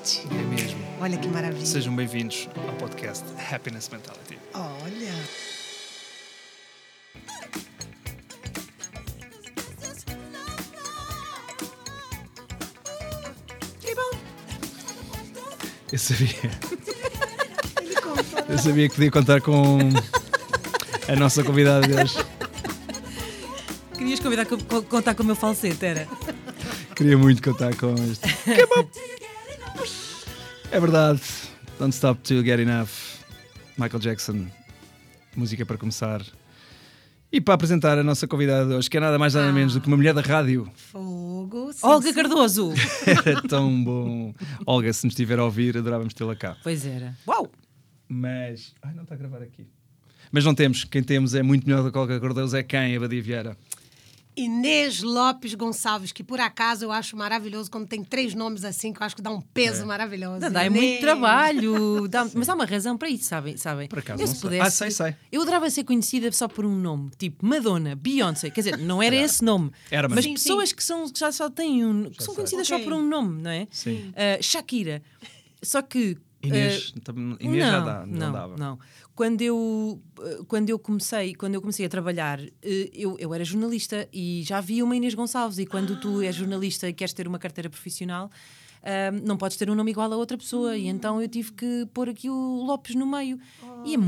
gente. É mesmo. Olha que maravilha. Sejam bem-vindos ao podcast Happiness Mentality. Olha. Que bom. Eu sabia. Ele contou. Eu sabia que podia contar com a nossa convidada de hoje. Querias contar com o meu falsete, era? Queria muito contar com este. Que bom. É verdade. Don't Stop Till Get Enough. Michael Jackson. Música para começar. E para apresentar a nossa convidada de hoje, que é nada mais nada menos do que uma mulher da rádio. Fogo. Sim, Olga sim. Cardoso! Era tão bom. Olga, se nos estiver a ouvir, adorávamos tê-la cá. Pois era. Uau! Mas... Ai, não está a gravar aqui. Mas não temos. Quem temos é muito melhor do que Olga Cardoso. É quem? A Badia Vieira. Inês Lopes Gonçalves, que por acaso eu acho maravilhoso quando tem 3 nomes assim, que eu acho que dá um peso maravilhoso. Dá Inês. muito trabalho. Mas há uma razão para isso, sabem? Por acaso, Eu, não se sei. pudesse, Sei. Eu adorava ser conhecida só por um nome, tipo Madonna, Beyoncé. Quer dizer, não era esse nome. Era, mas sim, pessoas que já só têm um. Que são sei. conhecidas Ok. só por um nome, não é? Sim. Shakira. Só que. Inês, Inês já dá, não dava. Não. Quando eu comecei a trabalhar, eu era jornalista e já havia uma Inês Gonçalves. E quando tu és jornalista e queres ter uma carteira profissional, não podes ter um nome igual a outra pessoa. E então eu tive que pôr aqui o Lopes no meio. E é